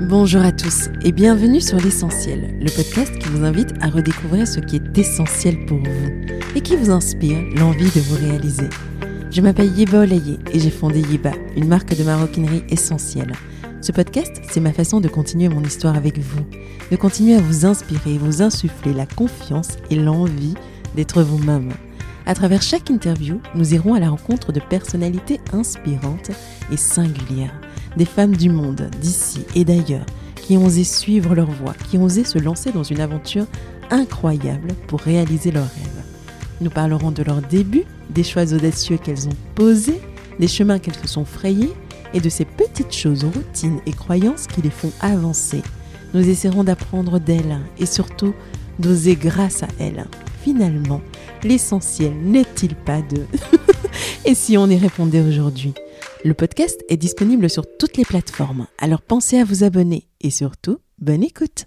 Bonjour à tous et bienvenue sur L'Essentiel, le podcast qui vous invite à redécouvrir ce qui est essentiel pour vous et qui vous inspire l'envie de vous réaliser. Je m'appelle Yeba Olaye et j'ai fondé Yeba, une marque de maroquinerie essentielle. Ce podcast, c'est ma façon de continuer mon histoire avec vous, de continuer à vous inspirer et vous insuffler la confiance et l'envie d'être vous-même. À travers chaque interview, nous irons à la rencontre de personnalités inspirantes et singulières. Des femmes du monde, d'ici et d'ailleurs, qui ont osé suivre leur voie, qui ont osé se lancer dans une aventure incroyable pour réaliser leurs rêves. Nous parlerons de leurs débuts, des choix audacieux qu'elles ont posés, des chemins qu'elles se sont frayés et de ces petites choses, routines et croyances qui les font avancer. Nous essaierons d'apprendre d'elles et surtout d'oser grâce à elles. Finalement, l'essentiel n'est-il pas de... Et si on y répondait aujourd'hui ? Le podcast est disponible sur toutes les plateformes, alors pensez à vous abonner et surtout, bonne écoute.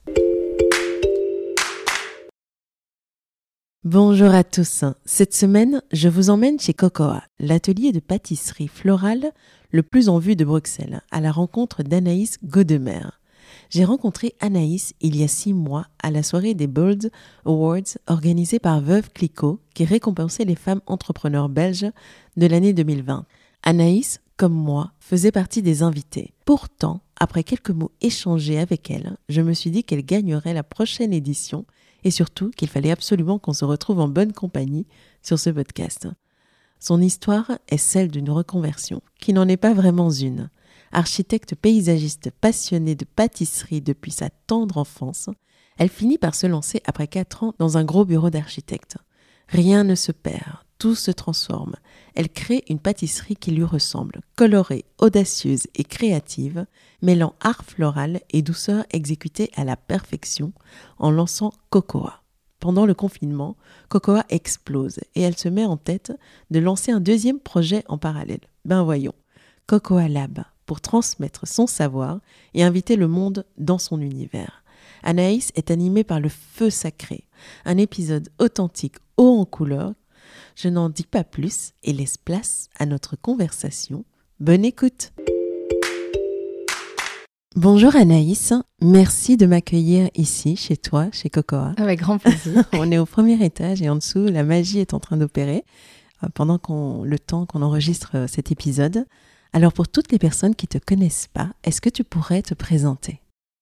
Bonjour à tous. Cette semaine, je vous emmène chez Cocoa, l'atelier de pâtisserie florale le plus en vue de Bruxelles, à la rencontre d'Anaïs Godemer. J'ai rencontré Anaïs il y a 6 mois à la soirée des Bold Awards organisée par Veuve Clicquot qui récompensait les femmes entrepreneurs belges de l'année 2020. Anaïs, comme moi, faisait partie des invités. Pourtant, après quelques mots échangés avec elle, je me suis dit qu'elle gagnerait la prochaine édition et surtout qu'il fallait absolument qu'on se retrouve en bonne compagnie sur ce podcast. Son histoire est celle d'une reconversion, qui n'en est pas vraiment une. Architecte paysagiste passionnée de pâtisserie depuis sa tendre enfance, elle finit par se lancer après 4 ans dans un gros bureau d'architecte. Rien ne se perd, tout se transforme. Elle crée une pâtisserie qui lui ressemble, colorée, audacieuse et créative, mêlant art floral et douceur exécutée à la perfection en lançant Cocoa. Pendant le confinement, Cocoa explose et elle se met en tête de lancer un deuxième projet en parallèle. Ben voyons, Cocoa Lab, pour transmettre son savoir et inviter le monde dans son univers. Anaïs est animée par le feu sacré, un épisode authentique haut en couleur. Je n'en dis pas plus et laisse place à notre conversation. Bonne écoute. Bonjour Anaïs, merci de m'accueillir ici, chez toi, chez Cocoa. Avec grand plaisir. On est au premier étage et en dessous, la magie est en train d'opérer pendant le temps qu'on enregistre cet épisode. Alors pour toutes les personnes qui ne te connaissent pas, est-ce que tu pourrais te présenter ?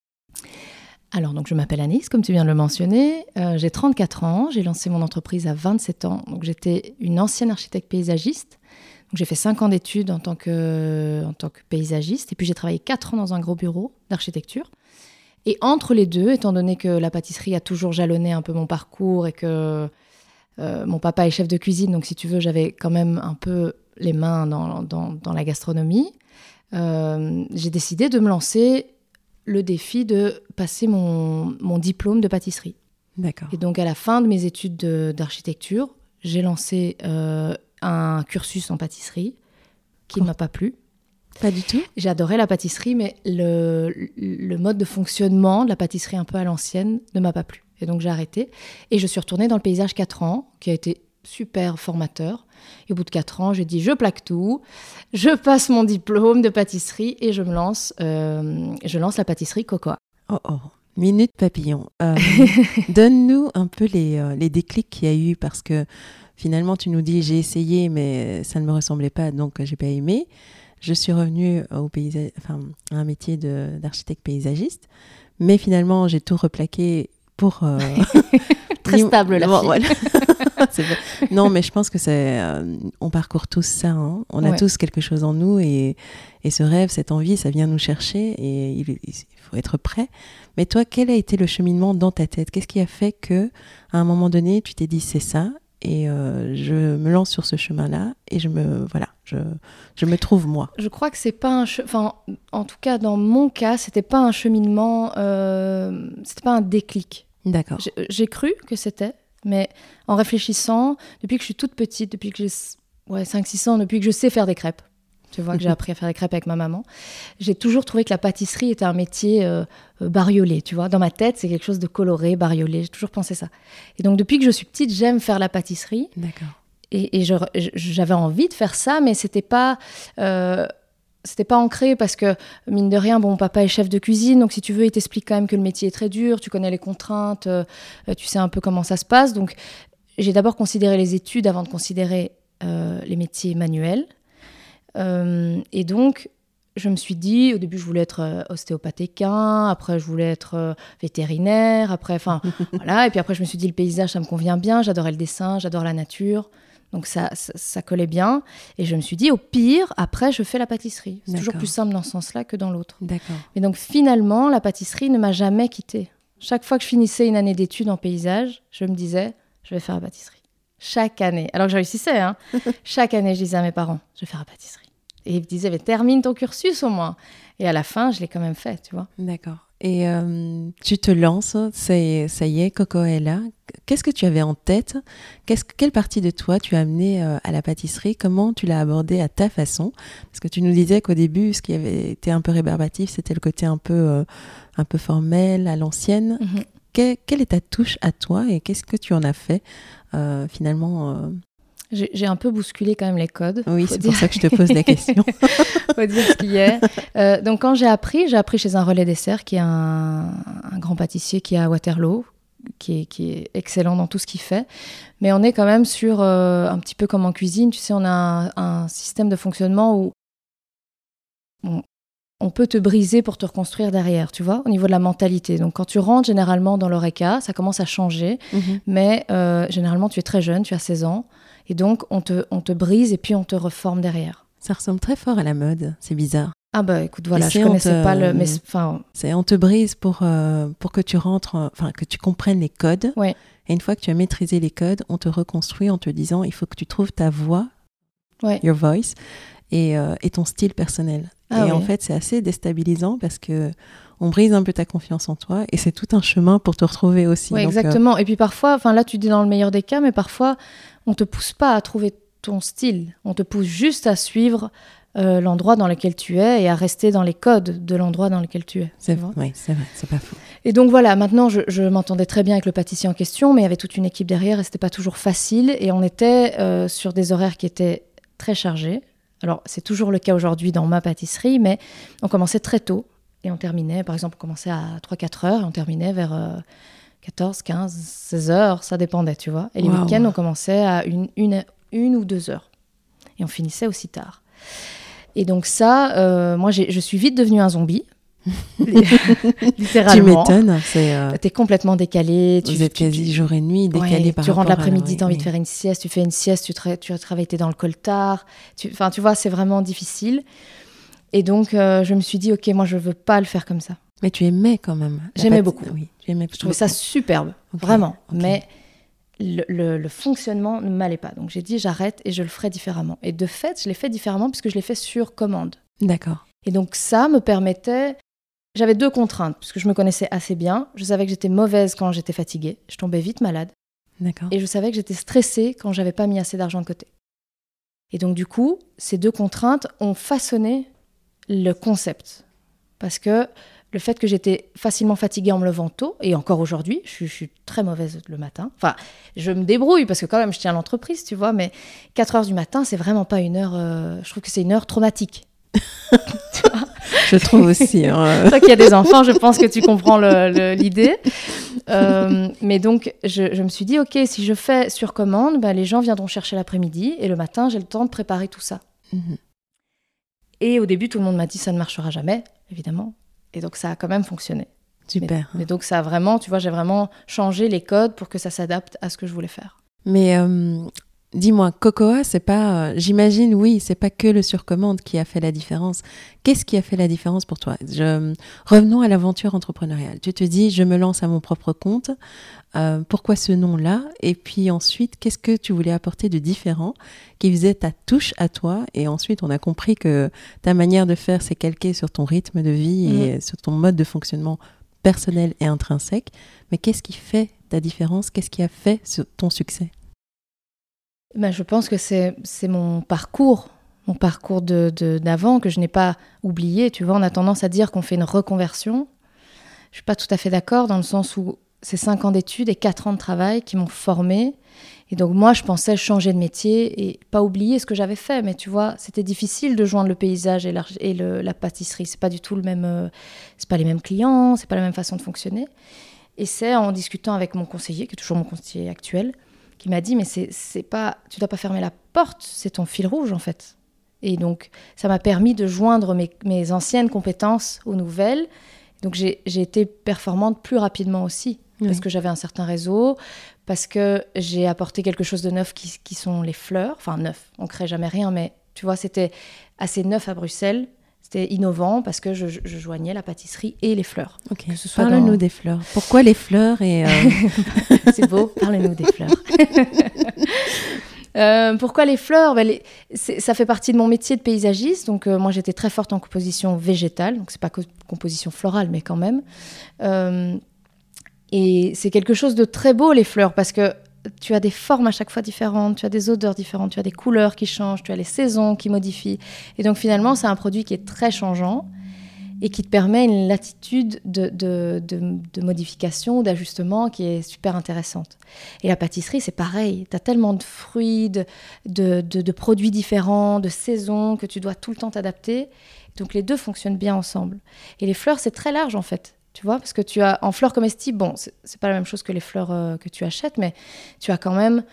Alors, donc, je m'appelle Anaïs, comme tu viens de le mentionner. J'ai 34 ans, j'ai lancé mon entreprise à 27 ans. Donc, j'étais une ancienne architecte paysagiste. Donc, j'ai fait 5 ans d'études en tant que paysagiste. Et puis, j'ai travaillé 4 ans dans un gros bureau d'architecture. Et entre les deux, étant donné que la pâtisserie a toujours jalonné un peu mon parcours et que mon papa est chef de cuisine, donc si tu veux, j'avais quand même un peu les mains dans la gastronomie, j'ai décidé de me lancer le défi de passer mon diplôme de pâtisserie. D'accord. Et donc, à la fin de mes études d'architecture, j'ai lancé un cursus en pâtisserie qui ne m'a pas plu. Pas du tout ? J'adorais la pâtisserie, mais le mode de fonctionnement de la pâtisserie un peu à l'ancienne ne m'a pas plu. Et donc, j'ai arrêté. Et je suis retournée dans le paysage 4 ans, qui a été super formateur. Et au bout de 4 ans, j'ai dit, je plaque tout, je passe mon diplôme de pâtisserie et je lance la pâtisserie Cocoa. Oh, minute papillon. Donne-nous un peu les déclics qu'il y a eu, parce que finalement, tu nous dis, j'ai essayé, mais ça ne me ressemblait pas, donc j'ai pas aimé. Je suis revenue à un métier d'architecte paysagiste, mais finalement, j'ai tout replaqué pour... Très stable, la fille. Voilà. Non, mais je pense que on parcourt tous ça. Hein. On a tous quelque chose en nous et ce rêve, cette envie, ça vient nous chercher et il faut être prêt. Mais toi, quel a été le cheminement dans ta tête ? Qu'est-ce qui a fait qu'à un moment donné, tu t'es dit c'est ça et je me lance sur ce chemin-là et je me trouve moi. Je crois que c'est pas en tout cas dans mon cas, c'était pas un cheminement, c'était pas un déclic. D'accord. J'ai cru que c'était, mais en réfléchissant, depuis que je suis toute petite, depuis que j'ai 5-6 ans, depuis que je sais faire des crêpes, tu vois que j'ai appris à faire des crêpes avec ma maman, j'ai toujours trouvé que la pâtisserie était un métier bariolé, tu vois. Dans ma tête, c'est quelque chose de coloré, bariolé, j'ai toujours pensé ça. Et donc depuis que je suis petite, j'aime faire la pâtisserie. D'accord. Et j'avais envie de faire ça, mais c'était pas c'était pas ancré parce que, mine de rien, bon, mon papa est chef de cuisine, donc si tu veux, il t'explique quand même que le métier est très dur, tu connais les contraintes, tu sais un peu comment ça se passe. Donc, j'ai d'abord considéré les études avant de considérer les métiers manuels. Et donc, je me suis dit, au début, je voulais être ostéopathe équin, après, je voulais être vétérinaire, après, enfin, voilà. Et puis après, je me suis dit, le paysage, ça me convient bien, j'adorais le dessin, j'adore la nature. Donc ça collait bien. Et je me suis dit, au pire, après, je fais la pâtisserie. C'est toujours plus simple dans ce sens-là que dans l'autre. D'accord. Mais donc finalement, la pâtisserie ne m'a jamais quittée. Chaque fois que je finissais une année d'études en paysage, je me disais, je vais faire la pâtisserie. Chaque année. Alors que je réussissais, hein. Chaque année, je disais à mes parents, je vais faire la pâtisserie. Et ils me disaient, mais termine ton cursus au moins. Et à la fin, je l'ai quand même fait, tu vois. D'accord. Et tu te lances, ça y est, Coco est là. Qu'est-ce que tu avais en tête ? Quelle partie de toi tu as amené à la pâtisserie ? Comment tu l'as abordée à ta façon ? Parce que tu nous disais qu'au début, ce qui avait été un peu rébarbatif, c'était le côté un peu formel, à l'ancienne. Mm-hmm. Quelle est ta touche à toi et qu'est-ce que tu en as fait finalement J'ai un peu bousculé quand même les codes. Oui, c'est pour ça que je te pose la question. Faut dire ce qu'il y a. Donc quand j'ai appris chez un Relais Dessert, qui est un grand pâtissier qui est à Waterloo, qui est excellent dans tout ce qu'il fait. Mais on est quand même sur, un petit peu comme en cuisine, tu sais, on a un système de fonctionnement où on peut te briser pour te reconstruire derrière, tu vois, au niveau de la mentalité. Donc quand tu rentres généralement dans l'Oreca, ça commence à changer, mais généralement tu es très jeune, tu as 16 ans, et donc on te brise et puis on te reforme derrière. Ça ressemble très fort à la mode, c'est bizarre. Ah bah écoute, voilà, je connaissais pas le... Mais, on te brise pour que tu rentres, que tu comprennes les codes. Ouais. Et une fois que tu as maîtrisé les codes, on te reconstruit en te disant, il faut que tu trouves ta voix, your voice, et ton style personnel. En fait, c'est assez déstabilisant parce que on brise un peu ta confiance en toi et c'est tout un chemin pour te retrouver aussi. Oui, exactement. Et puis parfois, là tu dis dans le meilleur des cas, mais parfois on te pousse pas à trouver ton style. On te pousse juste à suivre l'endroit dans lequel tu es et à rester dans les codes de l'endroit dans lequel tu es. Oui, c'est vrai, c'est pas faux. Et donc voilà, maintenant je m'entendais très bien avec le pâtissier en question, mais il y avait toute une équipe derrière et c'était pas toujours facile. Et on était sur des horaires qui étaient très chargés. Alors c'est toujours le cas aujourd'hui dans ma pâtisserie, mais on commençait très tôt et on terminait, par exemple, on commençait à 3-4 heures et on terminait vers 14, 15, 16 heures, ça dépendait, tu vois. Et les week-ends, on commençait à une ou 2 heures et on finissait aussi tard. Et donc ça, moi, je suis vite devenue un zombie, littéralement. Tu m'étonnes. T'es complètement décalé. Vous êtes quasi jour et nuit, décalé par rapport à... Tu rentres l'après-midi, t'as envie de faire une sieste, tu fais une sieste, tu travailles, t'es dans le coltard. Tu vois, c'est vraiment difficile. Et donc, je me suis dit, OK, moi, je veux pas le faire comme ça. Mais tu aimais quand même. J'aimais beaucoup. Oui, j'aimais je trouvais ça superbe, vraiment. Okay. Mais le fonctionnement ne m'allait pas. Donc, j'ai dit, j'arrête et je le ferai différemment. Et de fait, je l'ai fait différemment puisque je l'ai fait sur commande. D'accord. Et donc, ça me permettait... J'avais 2 contraintes, puisque je me connaissais assez bien. Je savais que j'étais mauvaise quand j'étais fatiguée. Je tombais vite malade. D'accord. Et je savais que j'étais stressée quand j'avais pas mis assez d'argent de côté. Et donc, du coup, ces 2 contraintes ont façonné le concept. Parce que le fait que j'étais facilement fatiguée en me levant tôt, et encore aujourd'hui, je suis très mauvaise le matin. Enfin, je me débrouille, parce que quand même, je tiens l'entreprise, tu vois, mais 4 heures du matin, c'est vraiment pas une heure... je trouve que c'est une heure traumatique. Je trouve aussi. Toi qui as des enfants, je pense que tu comprends l'idée. Mais donc, je me suis dit, OK, si je fais sur commande, les gens viendront chercher l'après-midi et le matin, j'ai le temps de préparer tout ça. Mm-hmm. Et au début, tout le monde m'a dit, ça ne marchera jamais, évidemment. Et donc, ça a quand même fonctionné. Super. Mais donc, ça a vraiment, tu vois, j'ai vraiment changé les codes pour que ça s'adapte à ce que je voulais faire. Mais... dis-moi, Cocoa, c'est pas, j'imagine, oui, c'est pas que le surcommande qui a fait la différence. Qu'est-ce qui a fait la différence pour toi ? Revenons à l'aventure entrepreneuriale. Tu te dis, je me lance à mon propre compte. Pourquoi ce nom-là ? Et puis ensuite, qu'est-ce que tu voulais apporter de différent qui faisait ta touche à toi ? Et ensuite, on a compris que ta manière de faire, c'est calqué sur ton rythme de vie et sur ton mode de fonctionnement personnel et intrinsèque. Mais qu'est-ce qui fait ta différence ? Qu'est-ce qui a fait ton succès ? Je pense que c'est mon parcours d'avant que je n'ai pas oublié. Tu vois, on a tendance à dire qu'on fait une reconversion. Je suis pas tout à fait d'accord dans le sens où c'est 5 ans d'études et 4 ans de travail qui m'ont formée. Et donc moi, je pensais changer de métier et pas oublier ce que j'avais fait. Mais tu vois, c'était difficile de joindre le paysage et la pâtisserie. C'est pas du tout c'est pas les mêmes clients, c'est pas la même façon de fonctionner. Et c'est en discutant avec mon conseiller, qui est toujours mon conseiller actuel, qui m'a dit, mais c'est pas, tu dois pas fermer la porte, c'est ton fil rouge en fait. Et donc, ça m'a permis de joindre mes anciennes compétences aux nouvelles. Donc, j'ai été performante plus rapidement aussi, parce que j'avais un certain réseau, parce que j'ai apporté quelque chose de neuf qui sont les fleurs. Enfin, neuf, on ne crée jamais rien, mais tu vois, c'était assez neuf à Bruxelles. C'était innovant parce que je joignais la pâtisserie et les fleurs. Ok, parle-nous des fleurs. Pourquoi les fleurs C'est beau, parle-nous des fleurs. Pourquoi les fleurs? Ça fait partie de mon métier de paysagiste. Donc, moi, j'étais très forte en composition végétale. Donc, ce n'est pas composition florale, mais quand même. Et c'est quelque chose de très beau, les fleurs, parce que tu as des formes à chaque fois différentes, tu as des odeurs différentes, tu as des couleurs qui changent, tu as les saisons qui modifient. Et donc, finalement, c'est un produit qui est très changeant et qui te permet une latitude de modification, d'ajustement qui est super intéressante. Et la pâtisserie, c'est pareil. Tu as tellement de fruits, de produits différents, de saisons, que tu dois tout le temps t'adapter. Donc, les deux fonctionnent bien ensemble. Et les fleurs, c'est très large, en fait. Tu vois, parce que tu as, en fleurs comestibles, bon, c'est pas la même chose que les fleurs que tu achètes, mais tu as quand même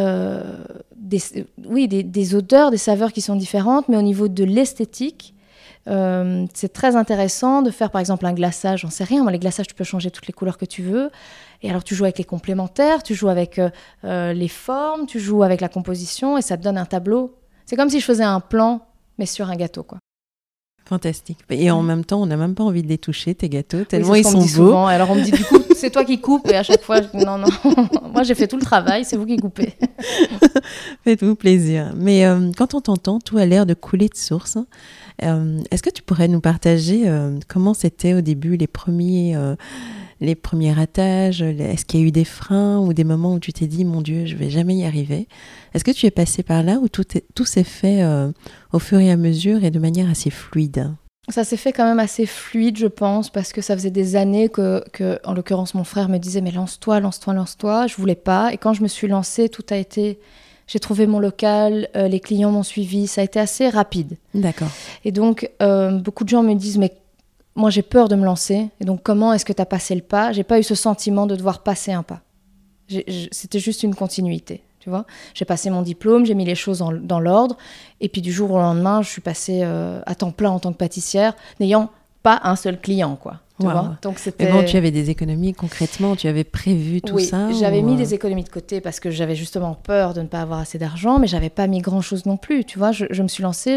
des odeurs, des saveurs qui sont différentes, mais au niveau de l'esthétique, c'est très intéressant de faire par exemple un glaçage, j'en sais rien, moi les glaçages tu peux changer toutes les couleurs que tu veux, et alors tu joues avec les complémentaires, tu joues avec les formes, tu joues avec la composition, et ça te donne un tableau. C'est comme si je faisais un plan, mais sur un gâteau, quoi. Fantastique. Et en même temps, on n'a même pas envie de les toucher, tes gâteaux, tellement oui, ils sont beaux. Souvent. Alors on me dit, du coup, c'est toi qui coupes. Et à chaque fois, je dis, non, moi j'ai fait tout le travail, c'est vous qui coupez. Faites-vous plaisir. Mais quand on t'entend, tout a l'air de couler de source. Est-ce que tu pourrais nous partager comment c'était au début, les premiers ratages? Est-ce qu'il y a eu des freins ou des moments où tu t'es dit, mon Dieu, je ne vais jamais y arriver? Est-ce que tu es passé par là ou tout s'est fait au fur et à mesure et de manière assez fluide? Ça s'est fait quand même assez fluide, je pense, parce que ça faisait des années que en l'occurrence, mon frère me disait, mais lance-toi. Je voulais pas. Et quand je me suis lancée, tout a été... J'ai trouvé mon local, les clients m'ont suivi, ça a été assez rapide. D'accord. Et donc, beaucoup de gens me disent, mais moi j'ai peur de me lancer, et donc comment est-ce que tu as passé le pas? J'ai pas eu ce sentiment de devoir passer un pas. C'était juste une continuité, tu vois. J'ai passé mon diplôme, j'ai mis les choses dans l'ordre, et puis du jour au lendemain, je suis passée à temps plein en tant que pâtissière, n'ayant pas un seul client, quoi. Tu vois. Donc c'était... Mais bon, tu avais des économies concrètement, tu avais prévu tout ça? Oui, j'avais mis des économies de côté parce que j'avais justement peur de ne pas avoir assez d'argent, mais j'avais pas mis grand-chose non plus, tu vois. Je me suis lancée,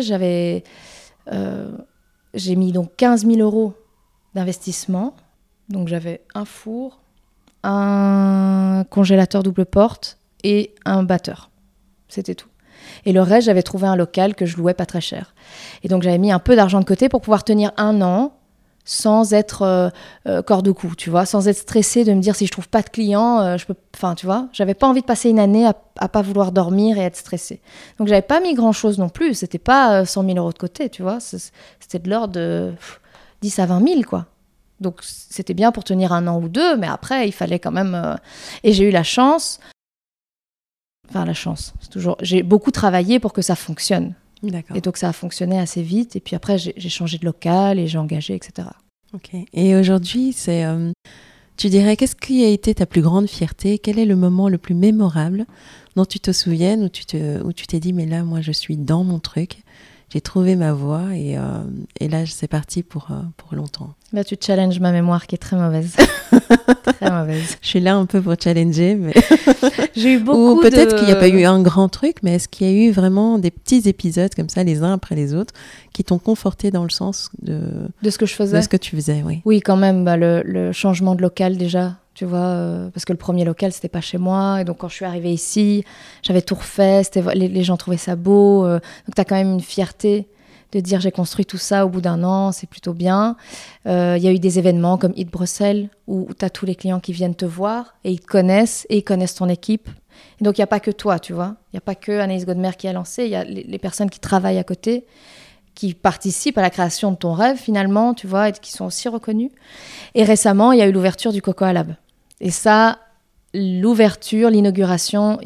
j'ai mis donc 15 000 € d'investissement. Donc j'avais un four, un congélateur double porte et un batteur. C'était tout. Et le reste, j'avais trouvé un local que je louais pas très cher. Et donc j'avais mis un peu d'argent de côté pour pouvoir tenir 1 an sans être corps de cou, tu vois, sans être stressée de me dire si je trouve pas de clients, je peux... Enfin, tu vois, j'avais pas envie de passer une année à pas vouloir dormir et être stressée. Donc, j'avais pas mis grand-chose non plus. C'était pas 100 000 € de côté, tu vois. C'était de l'ordre de 10 à 20 000, quoi. Donc, c'était bien pour tenir 1 an ou 2, mais après, il fallait quand même... Et j'ai eu la chance... Enfin, la chance, c'est toujours... J'ai beaucoup travaillé pour que ça fonctionne. D'accord. Et donc, ça a fonctionné assez vite. Et puis après, j'ai changé de local et j'ai engagé, etc. Ok. Et aujourd'hui, tu dirais, qu'est-ce qui a été ta plus grande fierté? Quel est le moment le plus mémorable dont tu te souviennes, où tu t'es dit, mais là, moi, je suis dans mon truc, j'ai trouvé ma voie et là, c'est parti pour longtemps. Là, tu challenges ma mémoire qui est très mauvaise. Très mauvaise. Je suis là un peu pour challenger, mais... J'ai eu beaucoup Ou peut-être qu'il n'y a pas eu un grand truc, mais est-ce qu'il y a eu vraiment des petits épisodes comme ça, les uns après les autres, qui t'ont conforté dans le sens de ce que je faisais? De ce que tu faisais, oui. Oui, quand même, le changement de local déjà, tu vois, parce que le premier local, c'était pas chez moi, et donc quand je suis arrivée ici, j'avais tout refait, les gens trouvaient ça beau, donc tu as quand même une fierté de dire j'ai construit tout ça au bout d'1 an, c'est plutôt bien. Il y a eu des événements comme Eat Bruxelles où tu as tous les clients qui viennent te voir et ils te connaissent et ils connaissent ton équipe. Et donc il n'y a pas que toi, tu vois. Il n'y a pas que Anaïs Godmer qui a lancé, il y a les personnes qui travaillent à côté, qui participent à la création de ton rêve finalement, tu vois, et qui sont aussi reconnues. Et récemment, il y a eu l'ouverture du Cocoa Lab. Et ça, l'ouverture, l'inauguration, il y a eu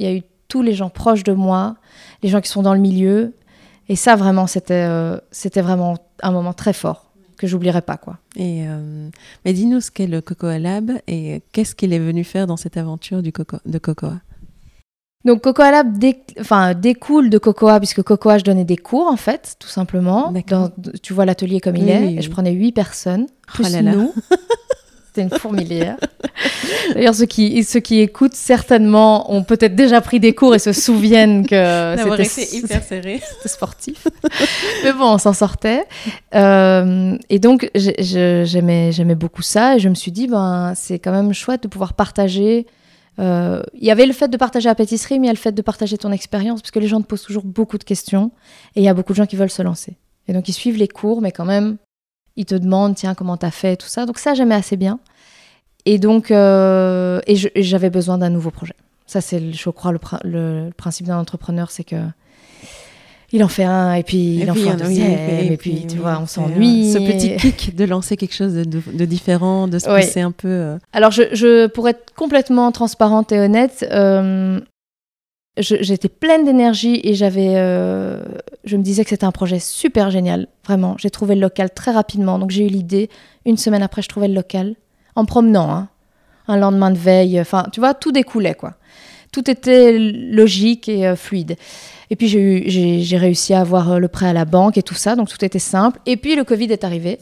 tous les gens proches de moi, les gens qui sont dans le milieu. Et ça, vraiment, c'était vraiment un moment très fort que j'oublierai pas, quoi. Mais dis-nous ce qu'est le Cocoa Lab et qu'est-ce qu'il est venu faire dans cette aventure de Cocoa. Donc Cocoa Lab découle de Cocoa, puisque Cocoa, je donnais des cours, en fait, tout simplement. Tu vois l'atelier comme il est, et je prenais 8 personnes, plus nous. C'était une fourmilière. D'ailleurs, ceux qui écoutent certainement ont peut-être déjà pris des cours et se souviennent que c'était hyper serré. C'était sportif. Mais bon, on s'en sortait. Et donc, j'aimais beaucoup ça. Et je me suis dit, c'est quand même chouette de pouvoir partager. Il y avait le fait de partager la pâtisserie, mais il y a le fait de partager ton expérience, parce que les gens te posent toujours beaucoup de questions. Et il y a beaucoup de gens qui veulent se lancer. Et donc, ils suivent les cours, mais quand même... Ils te demandent, tiens, comment t'as fait, tout ça. Donc ça, j'aimais assez bien. Et donc, j'avais besoin d'un nouveau projet. Ça, c'est, je crois, le principe d'un entrepreneur, c'est que il en fait un, et puis il en fait un deuxième, et puis tu vois, on s'ennuie. Ce petit kick de lancer quelque chose de différent, de se pousser un peu. Alors, pour être complètement transparente et honnête, j'étais pleine d'énergie et je me disais que c'était un projet super génial, vraiment. J'ai trouvé le local très rapidement, donc j'ai eu l'idée. Une semaine après, je trouvais le local, en promenant, un lendemain de veille. Enfin, tu vois, tout découlait, quoi. Tout était logique et fluide. Et puis, j'ai réussi à avoir le prêt à la banque et tout ça, donc tout était simple. Et puis, le Covid est arrivé.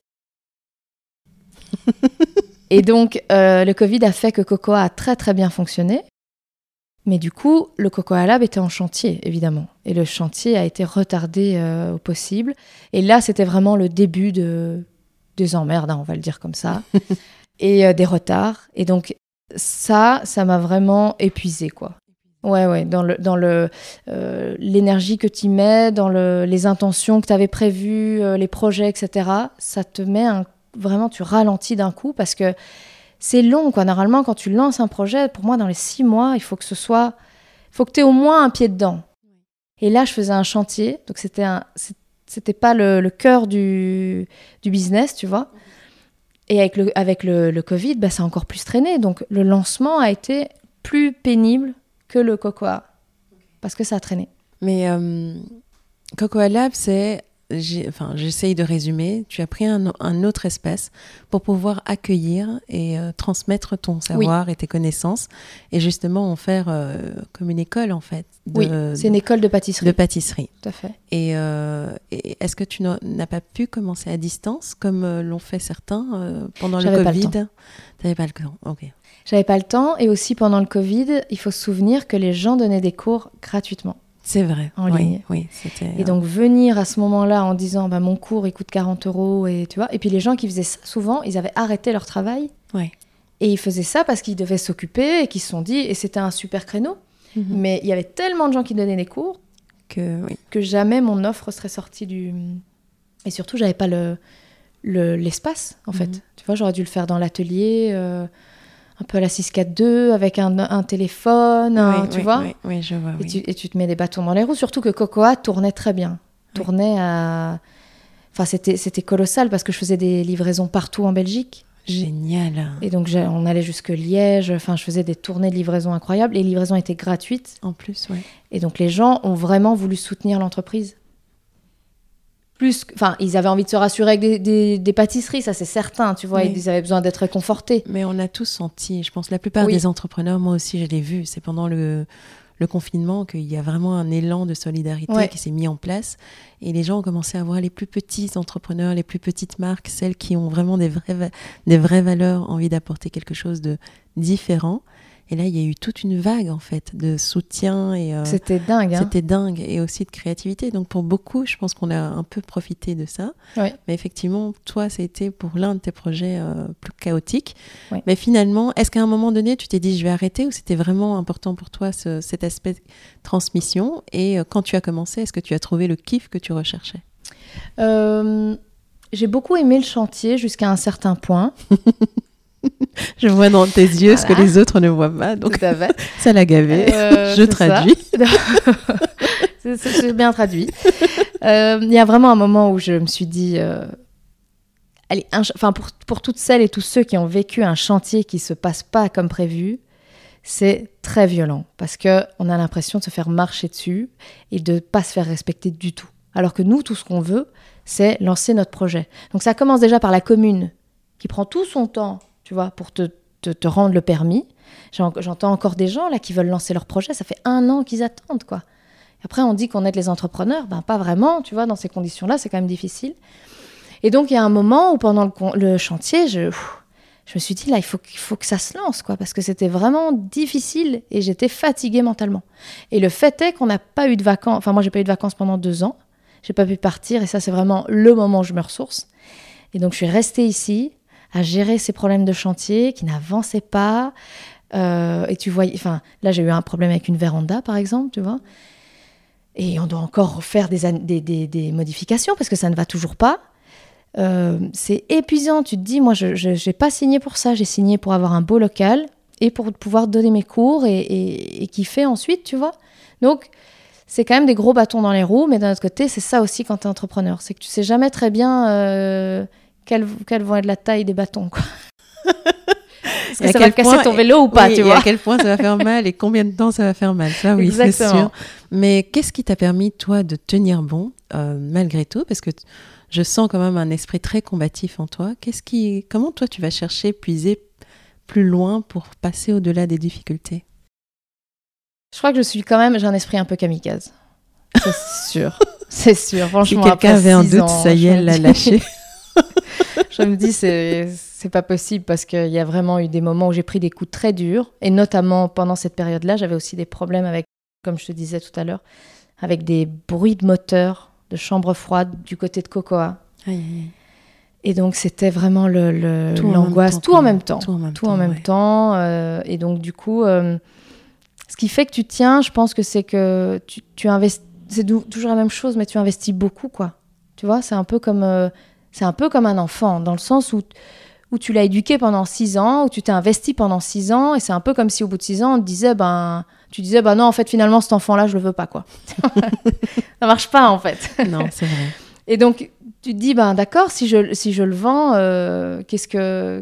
Et donc, le Covid a fait que Cocoa a très, très bien fonctionné. Mais du coup, le Cocoa Lab était en chantier, évidemment. Et le chantier a été retardé au possible. Et là, c'était vraiment le début des emmerdes, on va le dire comme ça, et des retards. Et donc, ça m'a vraiment épuisée, quoi. Ouais, dans l'énergie que tu y mets, dans les intentions que tu avais prévues, les projets, etc. Ça te met vraiment, tu ralentis d'un coup parce que c'est long, quoi. Normalement, quand tu lances un projet, pour moi, dans les 6 mois, il faut que tu aies au moins un pied dedans. Et là, je faisais un chantier, donc c'était pas le cœur du business, tu vois. Et avec le Covid, ça a encore plus traîné. Donc, le lancement a été plus pénible que le Cocoa, parce que ça a traîné. Mais Cocoa Lab, j'essaye de résumer, tu as pris un autre espace pour pouvoir accueillir et transmettre ton savoir et tes connaissances et justement en faire comme une école en fait. C'est une école de pâtisserie. De pâtisserie. Tout à fait. Et est-ce que tu n'as pas pu commencer à distance comme l'ont fait certains pendant le Covid ? T'avais pas le temps. Ok. J'avais pas le temps et aussi pendant le Covid, il faut se souvenir que les gens donnaient des cours gratuitement. C'est vrai. En ligne. Oui, et donc, venir à ce moment-là en disant mon cours, il coûte 40 €, et tu vois. Et puis, les gens qui faisaient ça, souvent, ils avaient arrêté leur travail. Ouais. Et ils faisaient ça parce qu'ils devaient s'occuper et qu'ils se sont dit, et c'était un super créneau. Mm-hmm. Mais il y avait tellement de gens qui donnaient des cours que jamais mon offre serait sortie du. Et surtout, j'avais pas l'espace, en fait. Tu vois, j'aurais dû le faire dans l'atelier. Un peu à la 642, avec un téléphone, tu vois. Oui, je vois. Et tu te mets des bâtons dans les roues, surtout que Cocoa tournait très bien. Enfin, c'était colossal parce que je faisais des livraisons partout en Belgique. Génial. Et donc, on allait jusque Liège. Enfin, je faisais des tournées de livraison incroyables. Les livraisons étaient gratuites. En plus, oui. Et donc, les gens ont vraiment voulu soutenir l'entreprise. Ils avaient envie de se rassurer avec des pâtisseries, ça c'est certain, tu vois, ils avaient besoin d'être réconfortés. Mais on a tous senti, je pense, la plupart des entrepreneurs, moi aussi je l'ai vu, c'est pendant le confinement qu'il y a vraiment un élan de solidarité qui s'est mis en place et les gens ont commencé à voir les plus petits entrepreneurs, les plus petites marques, celles qui ont vraiment des vraies valeurs, envie d'apporter quelque chose de différent. Et là, il y a eu toute une vague, en fait, de soutien. C'était dingue. C'était dingue. Et aussi de créativité. Donc, pour beaucoup, je pense qu'on a un peu profité de ça. Oui. Mais effectivement, toi, ça a été pour l'un de tes projets plus chaotiques. Oui. Mais finalement, est-ce qu'à un moment donné, tu t'es dit, je vais arrêter, ou c'était vraiment important pour toi, cet aspect transmission ? Et quand tu as commencé, est-ce que tu as trouvé le kiff que tu recherchais ? J'ai beaucoup aimé le chantier jusqu'à un certain point. Je vois dans tes yeux ce que les autres ne voient pas, donc ça l'a gavé. Je traduis. C'est bien traduit. Il y a vraiment un moment où je me suis dit, allez, pour toutes celles et tous ceux qui ont vécu un chantier qui se passe pas comme prévu, c'est très violent parce qu'on a l'impression de se faire marcher dessus et de ne pas se faire respecter du tout. Alors que nous, tout ce qu'on veut, c'est lancer notre projet. Donc ça commence déjà par la commune qui prend tout son temps, tu vois, pour te rendre le permis. J'entends encore des gens là qui veulent lancer leur projet, ça fait 1 an qu'ils attendent, quoi. Et après, on dit qu'on aide les entrepreneurs, ben pas vraiment, tu vois, dans ces conditions-là, c'est quand même difficile. Et donc, il y a un moment où pendant le chantier, je me suis dit, là, il faut que ça se lance, quoi, parce que c'était vraiment difficile et j'étais fatiguée mentalement. Et le fait est qu'on n'a pas eu de vacances, enfin, moi, j'ai pas eu de vacances pendant 2 ans, j'ai pas pu partir et ça, c'est vraiment le moment où je me ressource. Et donc, je suis restée ici à gérer ces problèmes de chantier qui n'avançaient pas. Et tu vois, enfin, là, j'ai eu un problème avec une véranda, par exemple, tu vois. Et on doit encore faire des modifications parce que ça ne va toujours pas. C'est épuisant. Tu te dis, moi, je n'ai pas signé pour ça. J'ai signé pour avoir un beau local et pour pouvoir donner mes cours et kiffer ensuite, tu vois. Donc, c'est quand même des gros bâtons dans les roues. Mais d'un autre côté, c'est ça aussi quand tu es entrepreneur. C'est que tu ne sais jamais très bien quelle vont être la taille des bâtons, quoi. Est-ce que ça va casser ton vélo ou pas, oui, tu vois. Et à quel point ça va faire mal et combien de temps ça va faire mal. Ça, oui, Exactement. c'est sûr. Mais qu'est-ce qui t'a permis, toi, de tenir bon, malgré tout? Parce que je sens quand même un esprit très combatif en toi. Comment, toi, tu vas chercher, puiser plus loin pour passer au-delà des difficultés? Je crois que j'ai un esprit un peu kamikaze. C'est sûr. C'est sûr. Franchement, si quelqu'un avait un doute, ça y est, elle l'a lâché. Je me dis, c'est pas possible parce qu'il y a vraiment eu des moments où j'ai pris des coups très durs. Et notamment pendant cette période-là, j'avais aussi des problèmes avec, comme je te disais tout à l'heure, avec des bruits de moteur, de chambre froide du côté de Cocoa. Et donc, c'était vraiment l'angoisse. Tout en même temps. Et donc, du coup, ce qui fait que tu tiens, je pense que c'est que tu investis. C'est toujours la même chose, mais tu investis beaucoup, quoi. Tu vois, c'est un peu comme un enfant, dans le sens où tu l'as éduqué pendant 6 ans, où tu t'es investi pendant 6 ans, et c'est un peu comme si au bout de 6 ans, on te disait, tu disais, non, en fait, finalement, cet enfant-là, je le veux pas, quoi. Ça marche pas, en fait. Non, c'est vrai. Et donc, tu te dis, d'accord, si je le vends, qu'est-ce que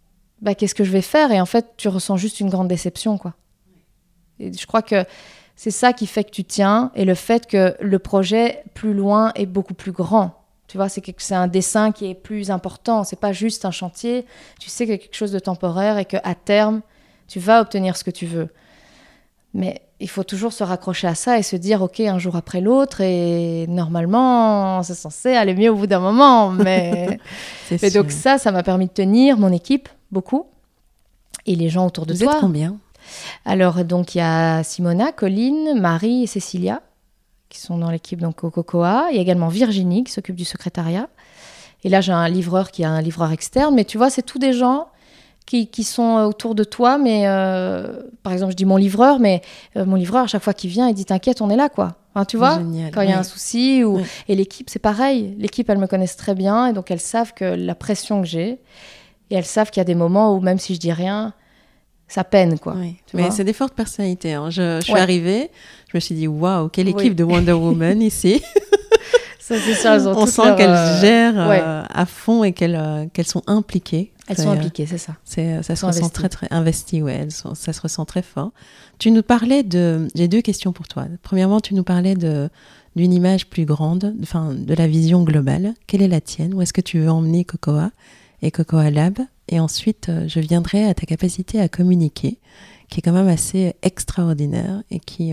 je vais faire? Et en fait, tu ressens juste une grande déception, quoi. Et je crois que c'est ça qui fait que tu tiens, et le fait que le projet, plus loin, est beaucoup plus grand. Tu vois, c'est un dessin qui est plus important. C'est pas juste un chantier. Tu sais qu'il y a quelque chose de temporaire et qu'à terme, tu vas obtenir ce que tu veux. Mais il faut toujours se raccrocher à ça et se dire, OK, un jour après l'autre, et normalement, c'est censé aller mieux au bout d'un moment. Mais donc ça m'a permis de tenir mon équipe, beaucoup, et les gens autour de toi. Vous êtes combien? Alors, donc, il y a Simona, Colline, Marie et Cécilia, qui sont dans l'équipe donc, au Cocoa. Il y a également Virginie, qui s'occupe du secrétariat. Et là, j'ai un livreur qui est un livreur externe. Mais tu vois, c'est tous des gens qui sont autour de toi. Mais par exemple, je dis mon livreur, mais mon livreur, à chaque fois qu'il vient, il dit « T'inquiète, on est là, quoi ». Enfin, tu vois, génial, quand il y a un souci. Et l'équipe, c'est pareil. L'équipe, elles me connaissent très bien. Et donc, elles savent que la pression que j'ai. Et elles savent qu'il y a des moments où, même si je dis rien, ça peine, quoi. Oui. Mais c'est des fortes personnalités. Hein. Je suis arrivée, je me suis dit, waouh, quelle équipe de Wonder Woman ici. Ça, c'est sûr, on sent qu'elles gèrent à fond et qu'elles sont impliquées. Elles sont impliquées, c'est ça. Ça se ressent très, très investies, ouais. Ça se ressent très fort. Tu nous parlais J'ai 2 questions pour toi. Premièrement, tu nous parlais d'une image plus grande, de la vision globale. Quelle est la tienne? Où est-ce que tu veux emmener Cocoa et Cocoa Lab? Et ensuite, je viendrai à ta capacité à communiquer, qui est quand même assez extraordinaire et qui,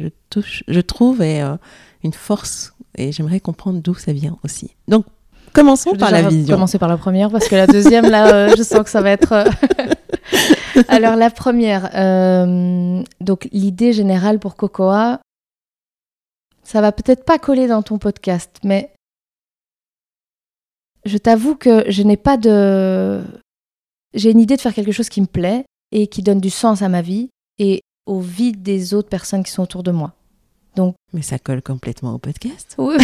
je trouve, est une force. Et j'aimerais comprendre d'où ça vient aussi. Donc, commençons par la vision. Commencer par la première, parce que la deuxième, là, je sens que ça va être... Alors, la première, donc l'idée générale pour Cocoa, ça va peut-être pas coller dans ton podcast, mais je t'avoue que je n'ai pas de... J'ai une idée de faire quelque chose qui me plaît et qui donne du sens à ma vie et aux vies des autres personnes qui sont autour de moi. Donc... Mais ça colle complètement au podcast. Oui.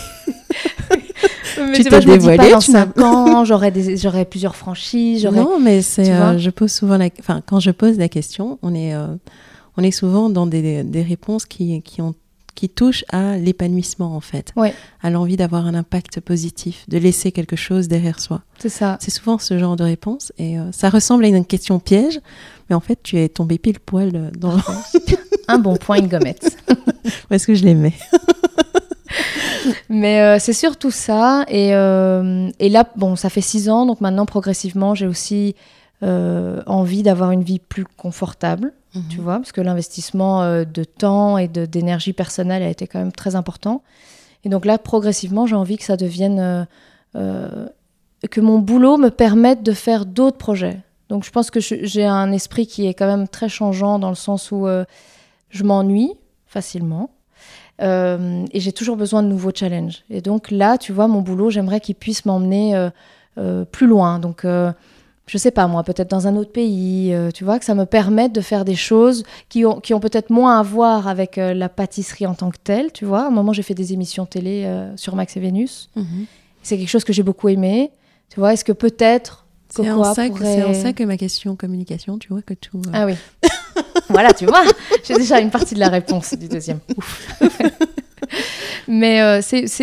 Mais tu t'es dévoilée, je me dis pas dans 5 ans, j'aurai plusieurs franchises. Non, mais je pose souvent quand je pose la question, on est souvent dans des réponses qui qui touche à l'épanouissement en fait, à l'envie d'avoir un impact positif, de laisser quelque chose derrière soi. C'est ça. C'est souvent ce genre de réponse et ça ressemble à une question piège, mais en fait tu es tombé pile poil dans un bon point, une gommette. Où est-ce que je les mets? Mais c'est surtout ça. Et là, bon, ça fait 6 ans, donc maintenant, progressivement, j'ai aussi envie d'avoir une vie plus confortable, tu vois, parce que l'investissement de temps et d'énergie personnelle a été quand même très important. Et donc là, progressivement, j'ai envie que ça devienne... que mon boulot me permette de faire d'autres projets. Donc je pense que j'ai un esprit qui est quand même très changeant dans le sens où je m'ennuie facilement. Et j'ai toujours besoin de nouveaux challenges. Et donc là, tu vois, mon boulot, j'aimerais qu'il puisse m'emmener plus loin. Donc, je sais pas moi, peut-être dans un autre pays, tu vois, que ça me permette de faire des choses qui ont peut-être moins à voir avec la pâtisserie en tant que telle, tu vois. À un moment, j'ai fait des émissions télé sur Max et Vénus. C'est quelque chose que j'ai beaucoup aimé. Tu vois, est-ce que peut-être... C'est en ça que ma question communication, tu vois, que tout... Ah oui. Voilà, tu vois, j'ai déjà une partie de la réponse du deuxième. Ouf. Mais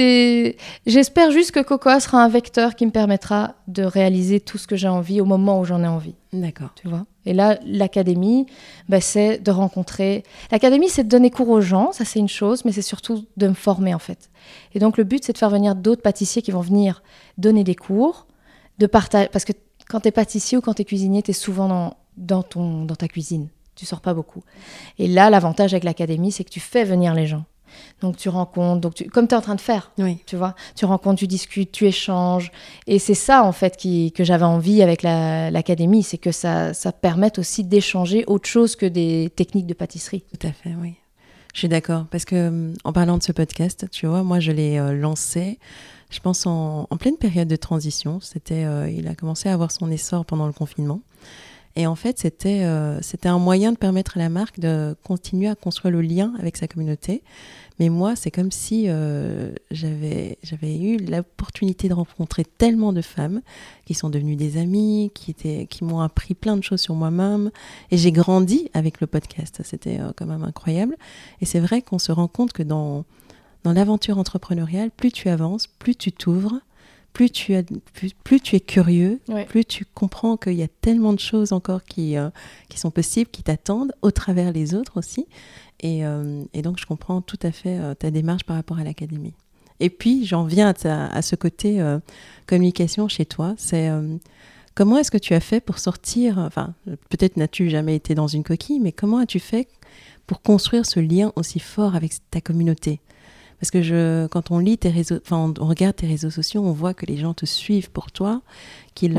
j'espère juste que Cocoa sera un vecteur qui me permettra de réaliser tout ce que j'ai envie au moment où j'en ai envie. D'accord. Tu vois. Et là, l'académie, c'est de rencontrer... L'académie, c'est de donner cours aux gens, ça c'est une chose, mais c'est surtout de me former en fait. Et donc le but, c'est de faire venir d'autres pâtissiers qui vont venir donner des cours, de partager... Parce que quand tu es pâtissier ou quand tu es cuisinier, tu es souvent dans ta cuisine. Tu sors pas beaucoup. Et là, l'avantage avec l'académie, c'est que tu fais venir les gens. Donc, tu rencontres, comme tu es en train de faire, tu vois. Tu rencontres, tu discutes, tu échanges. Et c'est ça, en fait, que j'avais envie avec l'académie, c'est que ça permette aussi d'échanger autre chose que des techniques de pâtisserie. Tout à fait, oui. Je suis d'accord. Parce que, en parlant de ce podcast, tu vois, moi, je l'ai lancé, je pense, en pleine période de transition. Il a commencé à avoir son essor pendant le confinement. Et en fait, c'était un moyen de permettre à la marque de continuer à construire le lien avec sa communauté. Mais moi, c'est comme si j'avais eu l'opportunité de rencontrer tellement de femmes qui sont devenues des amies, qui m'ont appris plein de choses sur moi-même. Et j'ai grandi avec le podcast. C'était quand même incroyable. Et c'est vrai qu'on se rend compte que dans l'aventure entrepreneuriale, plus tu avances, plus tu t'ouvres, plus tu es curieux, plus tu comprends qu'il y a tellement de choses encore qui sont possibles, qui t'attendent, au travers les autres aussi. Et donc, je comprends tout à fait ta démarche par rapport à l'académie. Et puis, j'en viens à ce côté communication chez toi. C'est comment est-ce que tu as fait pour sortir, enfin, peut-être n'as-tu jamais été dans une coquille, mais comment as-tu fait pour construire ce lien aussi fort avec ta communauté ? Parce que quand on lit on regarde tes réseaux sociaux, on voit que les gens te suivent pour toi, qu'ils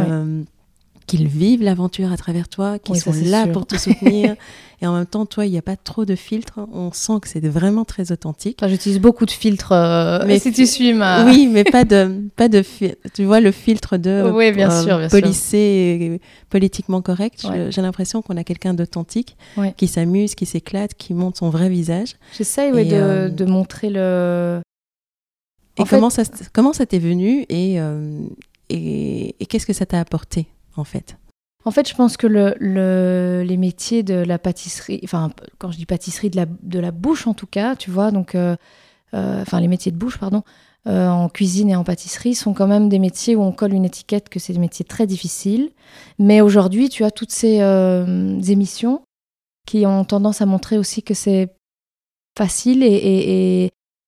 vivent l'aventure à travers toi, qu'ils sont là pour te soutenir. Et en même temps, toi, il n'y a pas trop de filtres. On sent que c'est vraiment très authentique. Enfin, j'utilise beaucoup de filtres, mais si tu suis ma... Oui, mais pas de tu vois, le filtre de oui, bien sûr. Policé, politiquement correct. J'ai l'impression qu'on a quelqu'un d'authentique, qui s'amuse, qui s'éclate, qui montre son vrai visage. J'essaye de montrer le... Et comment ça t'est venu et qu'est-ce que ça t'a apporté en fait? En fait, je pense que les métiers de la pâtisserie, enfin, quand je dis pâtisserie, de la bouche en tout cas, tu vois, donc, les métiers de bouche, pardon, en cuisine et en pâtisserie sont quand même des métiers où on colle une étiquette que c'est des métiers très difficiles. Mais aujourd'hui, tu as toutes ces émissions qui ont tendance à montrer aussi que c'est facile et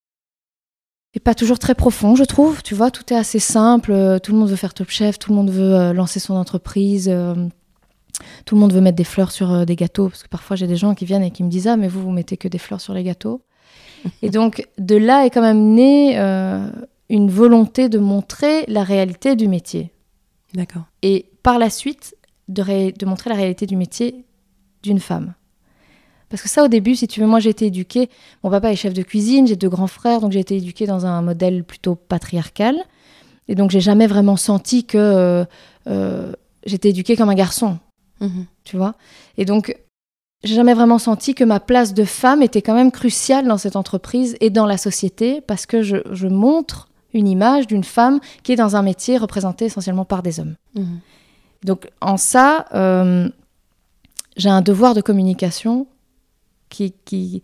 pas toujours très profond, je trouve. Tu vois, tout est assez simple. Tout le monde veut faire Top Chef, tout le monde veut lancer son entreprise, tout le monde veut mettre des fleurs sur des gâteaux. Parce que parfois, j'ai des gens qui viennent et qui me disent « Ah, mais vous mettez que des fleurs sur les gâteaux ». Et donc, de là est quand même née une volonté de montrer la réalité du métier. D'accord. Et par la suite, de montrer la réalité du métier d'une femme. Parce que ça, au début, si tu veux, moi, j'ai été éduquée... Mon papa est chef de cuisine, j'ai 2 grands frères, donc j'ai été éduquée dans un modèle plutôt patriarcal. Et donc, j'ai jamais vraiment senti que j'étais éduquée comme un garçon, tu vois. Et donc, j'ai jamais vraiment senti que ma place de femme était quand même cruciale dans cette entreprise et dans la société, parce que je montre une image d'une femme qui est dans un métier représenté essentiellement par des hommes. Donc, en ça, j'ai un devoir de communication qui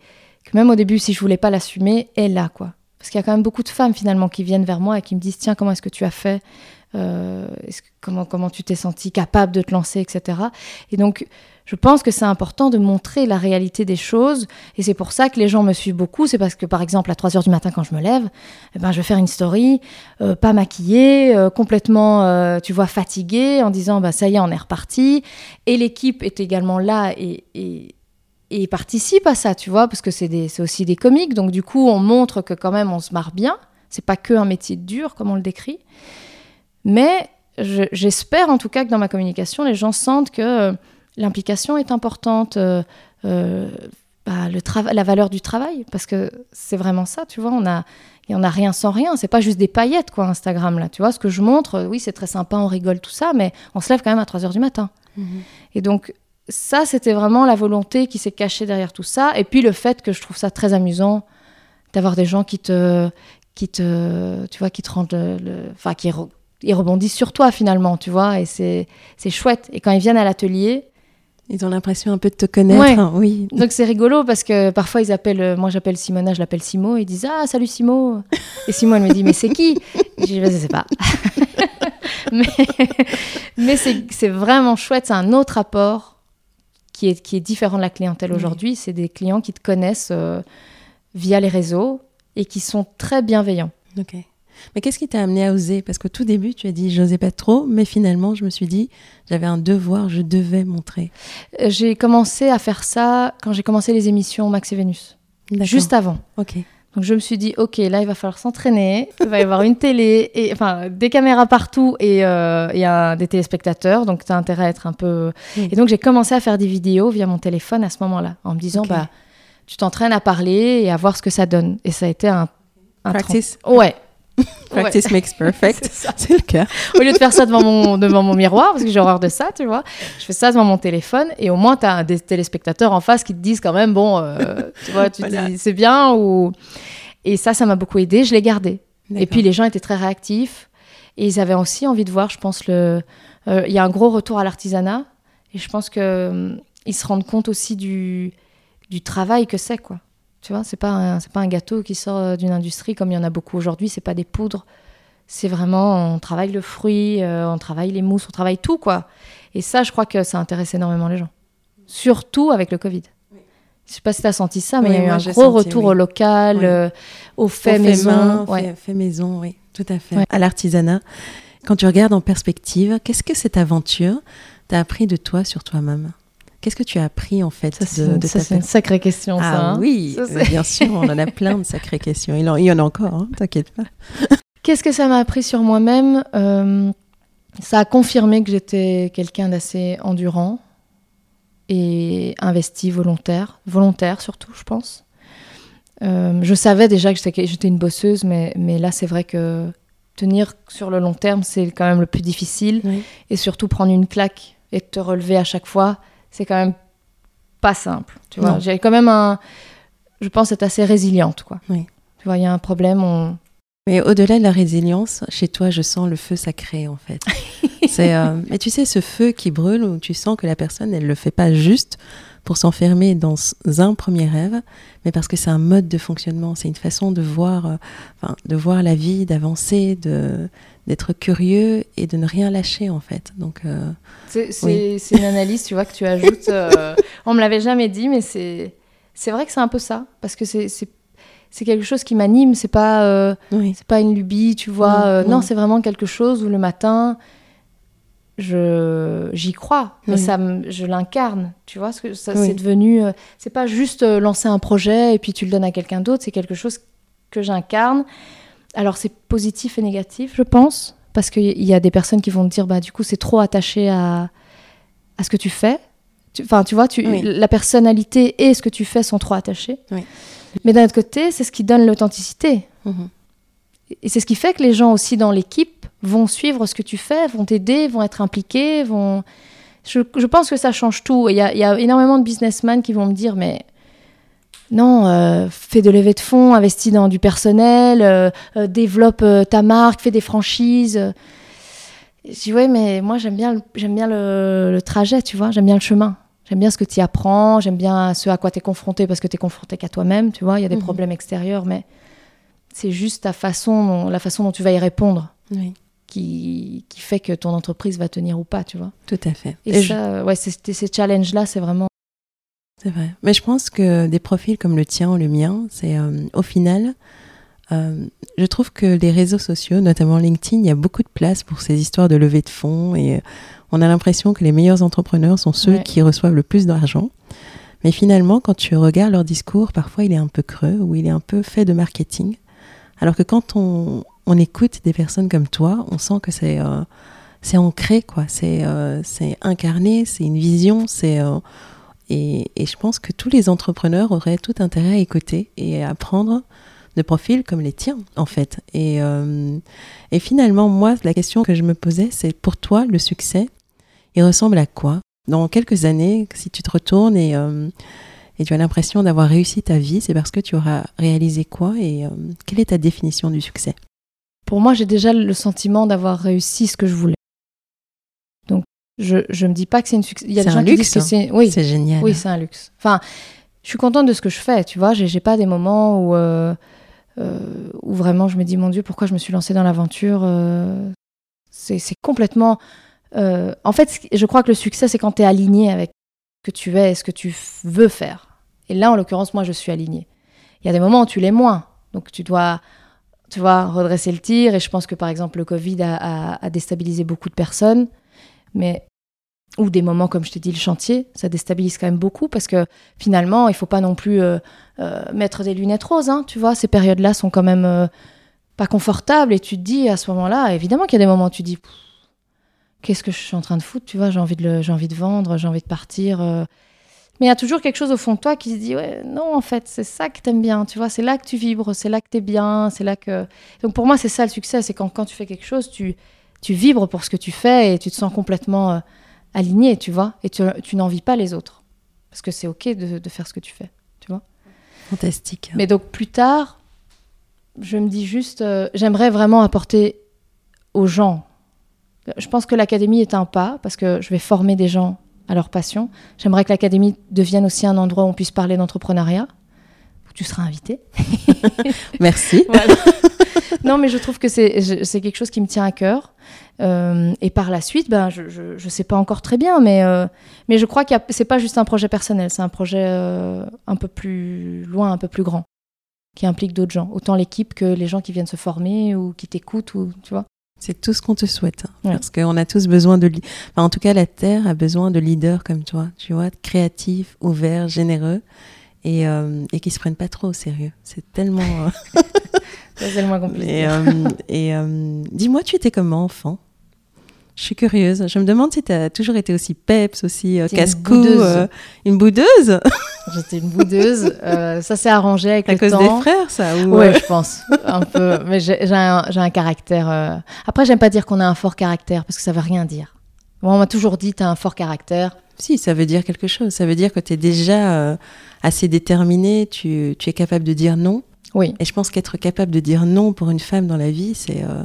que même au début, si je voulais pas l'assumer, est là, quoi. Parce qu'il y a quand même beaucoup de femmes, finalement, qui viennent vers moi et qui me disent « Tiens, comment est-ce que tu as fait ? Comment tu t'es sentie capable de te lancer, etc. » Et donc, je pense que c'est important de montrer la réalité des choses. Et c'est pour ça que les gens me suivent beaucoup. C'est parce que, par exemple, à 3h du matin, quand je me lève, je vais faire une story, pas maquillée, complètement, fatiguée, en disant « ça y est, on est reparti ». Et l'équipe est également là et participe à ça, tu vois, parce que c'est aussi des comiques. Donc, du coup, on montre que quand même, on se marre bien. C'est pas que un métier dur, comme on le décrit. Mais j'espère, en tout cas, que dans ma communication, les gens sentent que l'implication est importante, la valeur du travail, parce que c'est vraiment ça, tu vois. On a rien sans rien. C'est pas juste des paillettes, quoi, Instagram, là. Tu vois, ce que je montre, oui, c'est très sympa, on rigole, tout ça, mais on se lève quand même à 3h du matin. Et donc, ça, c'était vraiment la volonté qui s'est cachée derrière tout ça. Et puis, le fait que je trouve ça très amusant d'avoir des gens qui te rendent ils rebondissent sur toi, finalement, tu vois, et c'est chouette. Et quand ils viennent à l'atelier... Ils ont l'impression un peu de te connaître, ouais. Hein, oui. Donc, c'est rigolo, parce que parfois, ils appellent... Moi, j'appelle Simona, je l'appelle Simo, et ils disent « Ah, salut Simo !» Et Simo, elle me dit « Mais c'est qui ?» Je dis « Je sais pas. » Mais c'est vraiment chouette, c'est un autre rapport qui est différent de la clientèle aujourd'hui. Oui. C'est des clients qui te connaissent via les réseaux et qui sont très bienveillants. Ok. Mais qu'est-ce qui t'a amené à oser ? Parce qu'au tout début, tu as dit « j'osais pas trop », mais finalement, je me suis dit « j'avais un devoir, je devais montrer ». J'ai commencé à faire ça quand j'ai commencé les émissions Max et Vénus. D'accord. Juste avant. Ok. Donc je me suis dit « ok, là, il va falloir s'entraîner, il va y avoir une télé, des caméras partout et des téléspectateurs, donc tu as intérêt à être un peu... » Et donc j'ai commencé à faire des vidéos via mon téléphone à ce moment-là, en me disant okay. Tu t'entraînes à parler et à voir ce que ça donne. Et ça a été un practice. Ouais. Practice makes perfect, c'est le cas. Au lieu de faire ça devant mon miroir, parce que j'ai horreur de ça, tu vois, je fais ça devant mon téléphone et au moins, tu as des téléspectateurs en face qui te disent quand même, tu vois, voilà. Dis, c'est bien. Et ça m'a beaucoup aidé, je l'ai gardé. D'accord. Et puis, les gens étaient très réactifs et ils avaient aussi envie de voir, je pense, il y a un gros retour à l'artisanat et je pense qu'ils se rendent compte aussi du travail que c'est, quoi. Tu vois, c'est pas un gâteau qui sort d'une industrie comme il y en a beaucoup aujourd'hui. C'est pas des poudres. C'est vraiment, on travaille le fruit, on travaille les mousses, on travaille tout, quoi. Et ça, je crois que ça intéresse énormément les gens. Surtout avec le Covid. Oui. Je sais pas si tu as senti ça, mais il y a eu un gros retour au local, au fait maison. Fait maison, oui, tout à fait. Ouais. À l'artisanat. Quand tu regardes en perspective, qu'est-ce que cette aventure t'a appris de toi sur toi-même ? Qu'est-ce que tu as appris, en fait, c'est une sacrée question, ça. Ah oui, bien sûr, on en a plein de sacrées questions. Il y en a encore, hein, t'inquiète pas. Qu'est-ce que ça m'a appris sur moi-même ? Ça a confirmé que j'étais quelqu'un d'assez endurant et investi, volontaire surtout, je pense. Je savais déjà que j'étais une bosseuse, mais là, c'est vrai que tenir sur le long terme, c'est quand même le plus difficile. Oui. Et surtout, prendre une claque et te relever à chaque fois, c'est quand même pas simple, tu vois. J'ai quand même je pense être assez résiliente, quoi. Oui. Tu vois, il y a un problème, Mais au-delà de la résilience, chez toi, je sens le feu sacré, en fait. Mais tu sais, ce feu qui brûle, où tu sens que la personne, elle le fait pas juste pour s'enfermer dans un premier rêve, mais parce que c'est un mode de fonctionnement, c'est une façon de voir la vie, d'avancer, d'être curieux et de ne rien lâcher, en fait. Donc, c'est une analyse, tu vois, que tu ajoutes. On me l'avait jamais dit, mais c'est vrai que c'est un peu ça, parce que c'est quelque chose qui m'anime. C'est pas une lubie, tu vois. Non, c'est vraiment quelque chose où le matin, j'y crois, mais je l'incarne, tu vois. C'est devenu. C'est pas juste lancer un projet et puis tu le donnes à quelqu'un d'autre. C'est quelque chose que j'incarne. Alors c'est positif et négatif, je pense. Parce qu'il y a des personnes qui vont te dire, du coup, c'est trop attaché à ce que tu fais. Tu vois, la personnalité et ce que tu fais sont trop attachés. Oui. Mais d'un autre côté, c'est ce qui donne l'authenticité. Mm-hmm. Et c'est ce qui fait que les gens aussi dans l'équipe vont suivre ce que tu fais, vont t'aider, vont être impliqués. Je pense que ça change tout. Il y a énormément de businessmen qui vont me dire, mais... Non, fais de levée de fonds, investis dans du personnel, développe ta marque, fais des franchises. Je dis, ouais, mais moi, j'aime bien le trajet, tu vois, j'aime bien le chemin. J'aime bien ce que tu apprends, j'aime bien ce à quoi tu es confronté parce que tu es confronté qu'à toi-même, tu vois. Il y a des problèmes extérieurs, mais c'est juste la façon dont tu vas y répondre qui fait que ton entreprise va tenir ou pas, tu vois. Tout à fait. Et ça, ces challenges-là, c'est vraiment... C'est vrai. Mais je pense que des profils comme le tien ou le mien, c'est au final... je trouve que les réseaux sociaux, notamment LinkedIn, il y a beaucoup de place pour ces histoires de levée de fonds et on a l'impression que les meilleurs entrepreneurs sont ceux qui reçoivent le plus d'argent. Mais finalement, quand tu regardes leur discours, parfois il est un peu creux ou il est un peu fait de marketing. Alors que quand on écoute des personnes comme toi, on sent que c'est ancré, quoi. C'est incarné, c'est une vision, et je pense que tous les entrepreneurs auraient tout intérêt à écouter et à apprendre de profils comme les tiens, en fait. Et finalement, moi, la question que je me posais, c'est pour toi, le succès, il ressemble à quoi ? Dans quelques années, si tu te retournes et tu as l'impression d'avoir réussi ta vie, c'est parce que tu auras réalisé quoi et quelle est ta définition du succès ? Pour moi, j'ai déjà le sentiment d'avoir réussi ce que je voulais. Donc, je me dis pas que c'est une succès. Il y a des gens qui disent que c'est... Oui, c'est génial. Oui, c'est un luxe. Enfin, je suis contente de ce que je fais, tu vois. J'ai pas des moments où vraiment je me dis, mon Dieu, pourquoi je me suis lancée dans l'aventure c'est complètement... en fait, je crois que le succès, c'est quand tu es aligné avec ce que tu es et ce que tu veux faire. Et là, en l'occurrence, moi, je suis alignée. Il y a des moments où tu l'es moins. Donc, tu dois, tu vois, redresser le tir. Et je pense que, par exemple, le Covid a déstabilisé beaucoup de personnes. Mais... Ou des moments, comme je t'ai dit, le chantier, ça déstabilise quand même beaucoup parce que finalement, il ne faut pas non plus mettre des lunettes roses. Hein, tu vois, ces périodes-là sont quand même pas confortables et tu te dis à ce moment-là, évidemment qu'il y a des moments où tu te dis qu'est-ce que je suis en train de foutre, tu vois, j'ai envie de vendre, j'ai envie de partir. Mais il y a toujours quelque chose au fond de toi qui se dit ouais, non, en fait, c'est ça que t'aimes bien, tu vois, c'est là que tu vibres, c'est là que t'es bien, c'est là que... Donc pour moi, c'est ça le succès, c'est quand tu fais quelque chose, tu vibres pour ce que tu fais et tu te sens complètement... aligné, tu vois, et tu n'envies pas les autres. Parce que c'est OK de faire ce que tu fais, tu vois. Fantastique. Mais donc, plus tard, je me dis juste, j'aimerais vraiment apporter aux gens. Je pense que l'académie est un pas, parce que je vais former des gens à leur passion. J'aimerais que l'académie devienne aussi un endroit où on puisse parler d'entrepreneuriat, où tu seras invité. Merci. Voilà. Non, mais je trouve que c'est quelque chose qui me tient à cœur. Et par la suite, ben, je sais pas encore très bien, mais je crois que c'est pas juste un projet personnel, c'est un projet un peu plus loin, un peu plus grand, qui implique d'autres gens, autant l'équipe que les gens qui viennent se former ou qui t'écoutent, ou tu vois. C'est tout ce qu'on te souhaite, parce qu'on a tous besoin de... Enfin, en tout cas, la Terre a besoin de leaders comme toi, tu vois, créatifs, ouverts, généreux, et qui se prennent pas trop au sérieux. C'est tellement... C'est le moins compliqué. Dis-moi, tu étais comment enfant ? Je suis curieuse. Je me demande si tu as toujours été aussi peps, aussi casse-cou. Une boudeuse. J'étais une boudeuse. Ça s'est arrangé avec le temps. À cause des frères, ça ou... Ouais, je pense. Un peu. Mais j'ai un caractère... Après, j'aime pas dire qu'on a un fort caractère, parce que ça veut rien dire. Bon, on m'a toujours dit, tu as un fort caractère. Si, ça veut dire quelque chose. Ça veut dire que tu es déjà assez déterminée. Tu es capable de dire non. Oui. Et je pense qu'être capable de dire non pour une femme dans la vie,